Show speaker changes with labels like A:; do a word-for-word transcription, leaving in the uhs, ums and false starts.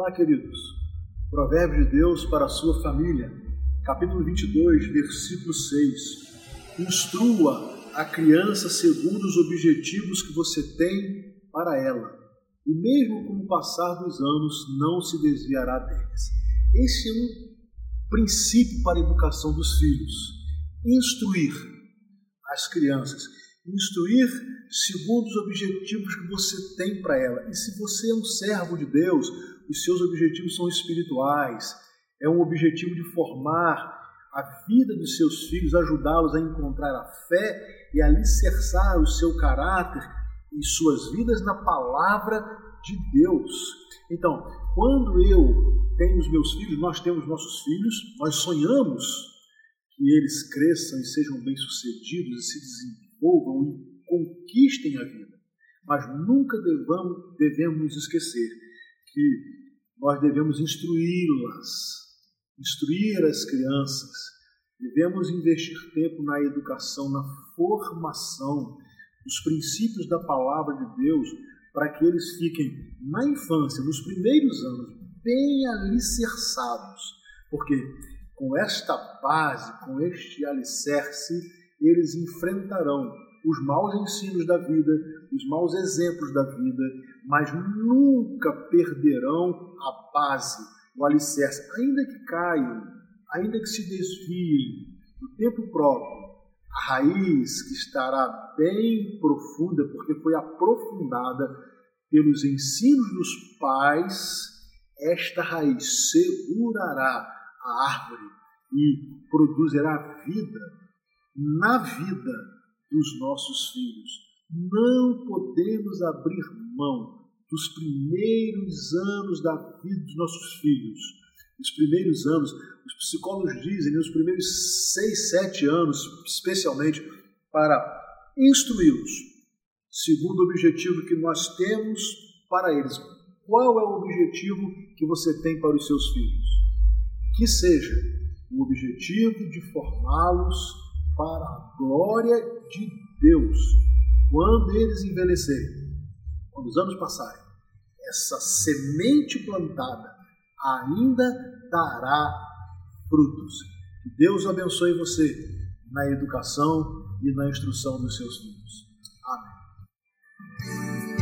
A: lá, queridos. Provérbio de Deus para a sua família, capítulo vinte e dois, versículo seis. Instrua a criança segundo os objetivos que você tem para ela, e mesmo com o passar dos anos não se desviará deles. Esse é um princípio para a educação dos filhos. Instruir as crianças, instruir segundo os objetivos que você tem para ela. E se você é um servo de Deus, os seus objetivos são espirituais, é um objetivo de formar a vida dos seus filhos, ajudá-los a encontrar a fé e alicerçar o seu caráter e suas vidas na palavra de Deus. Então, quando eu tenho os meus filhos, nós temos nossos filhos, nós sonhamos que eles cresçam e sejam bem-sucedidos e se desenvolvam e conquistem a vida. Mas nunca devamos, devemos nos esquecer que nós devemos instruí-las, instruir as crianças. Devemos investir tempo na educação, na formação dos princípios da palavra de Deus, para que eles fiquem na infância, nos primeiros anos, bem alicerçados. Porque com esta base, com este alicerce, eles enfrentarão os maus ensinos da vida, os maus exemplos da vida, mas nunca perderão a base, o alicerce, ainda que caiam, ainda que se desviem do tempo próprio. A raiz que estará bem profunda, porque foi aprofundada pelos ensinos dos pais, esta raiz segurará a árvore e produzirá vida na vida dos nossos filhos. Não podemos abrir mão dos primeiros anos da vida dos nossos filhos. Os primeiros anos, os psicólogos dizem, né, os primeiros seis, sete anos, especialmente, para instruí-los, segundo o objetivo que nós temos para eles. Qual é o objetivo que você tem para os seus filhos? Que seja o objetivo de formá-los para a glória de Deus. Quando eles envelhecerem, quando os anos passarem, essa semente plantada ainda dará frutos. Que Deus abençoe você na educação e na instrução dos seus filhos. Amém.